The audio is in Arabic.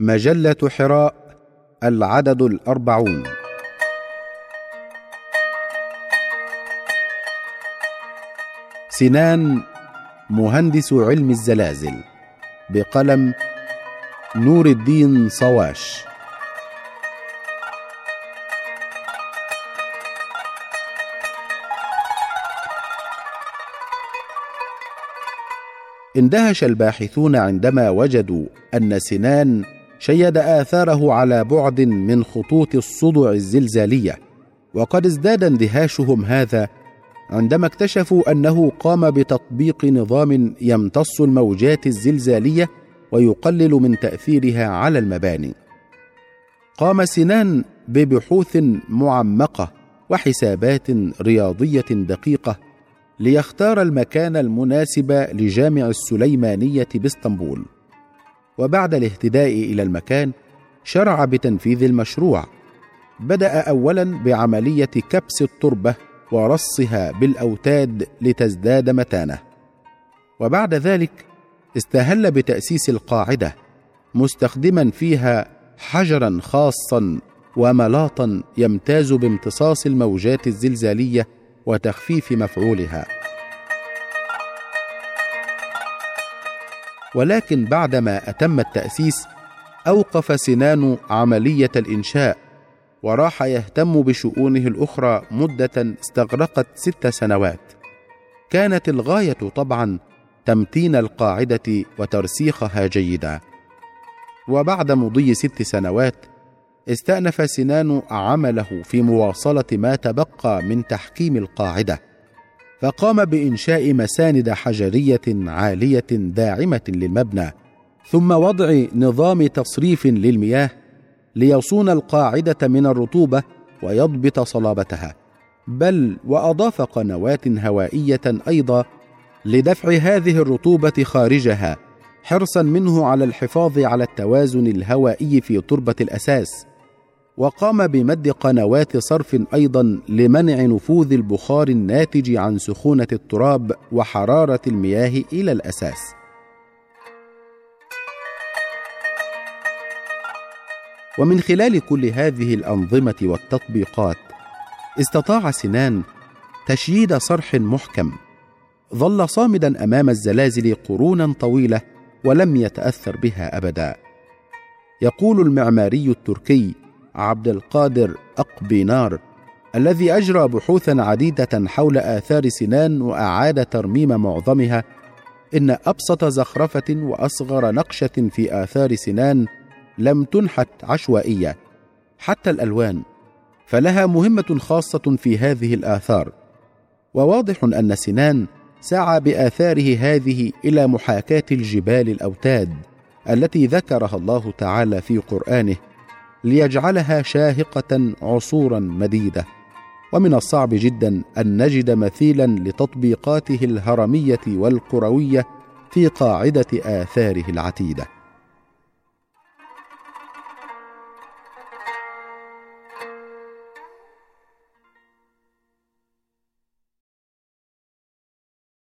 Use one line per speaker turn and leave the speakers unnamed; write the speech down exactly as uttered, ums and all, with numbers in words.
مجلة حراء، العدد الأربعون. سنان مهندس علم الزلازل، بقلم نور الدين صواش. اندهش الباحثون عندما وجدوا أن سنان شيد آثاره على بعد من خطوط الصدع الزلزالية، وقد ازداد اندهاشهم هذا عندما اكتشفوا أنه قام بتطبيق نظام يمتص الموجات الزلزالية ويقلل من تأثيرها على المباني. قام سنان ببحوث معمقة وحسابات رياضية دقيقة ليختار المكان المناسب لجامع السليمانية باسطنبول، وبعد الاهتداء إلى المكان شرع بتنفيذ المشروع. بدأ أولا بعملية كبس التربة ورصها بالأوتاد لتزداد متانة، وبعد ذلك استهل بتأسيس القاعدة مستخدما فيها حجرا خاصا وملاطا يمتاز بامتصاص الموجات الزلزالية وتخفيف مفعولها. ولكن بعدما أتم التأسيس أوقف سنان عملية الإنشاء وراح يهتم بشؤونه الأخرى مدة استغرقت ست سنوات. كانت الغاية طبعا تمتين القاعدة وترسيخها جيدا. وبعد مضي ست سنوات استأنف سنان عمله في مواصلة ما تبقى من تحكيم القاعدة، فقام بإنشاء مساند حجرية عالية داعمة للمبنى، ثم وضع نظام تصريف للمياه ليصون القاعدة من الرطوبة ويضبط صلابتها، بل وأضاف قنوات هوائية أيضا لدفع هذه الرطوبة خارجها، حرصا منه على الحفاظ على التوازن الهوائي في تربة الأساس. وقام بمد قنوات صرف أيضا لمنع نفوذ البخار الناتج عن سخونة التراب وحرارة المياه إلى الأساس. ومن خلال كل هذه الأنظمة والتطبيقات استطاع سنان تشييد صرح محكم ظل صامدا أمام الزلازل قرونا طويلة ولم يتأثر بها أبدا. يقول المعماري التركي عبد القادر أقبينار، الذي أجرى بحوثا عديدة حول آثار سنان وأعاد ترميم معظمها، إن أبسط زخرفة وأصغر نقشة في آثار سنان لم تنحت عشوائية، حتى الألوان فلها مهمة خاصة في هذه الآثار. وواضح أن سنان سعى بآثاره هذه إلى محاكاة الجبال الأوتاد التي ذكرها الله تعالى في قرآنه ليجعلها شاهقة عصورا مديدة. ومن الصعب جدا أن نجد مثيلا لتطبيقاته الهرمية والقروية في قاعدة آثاره العتيدة.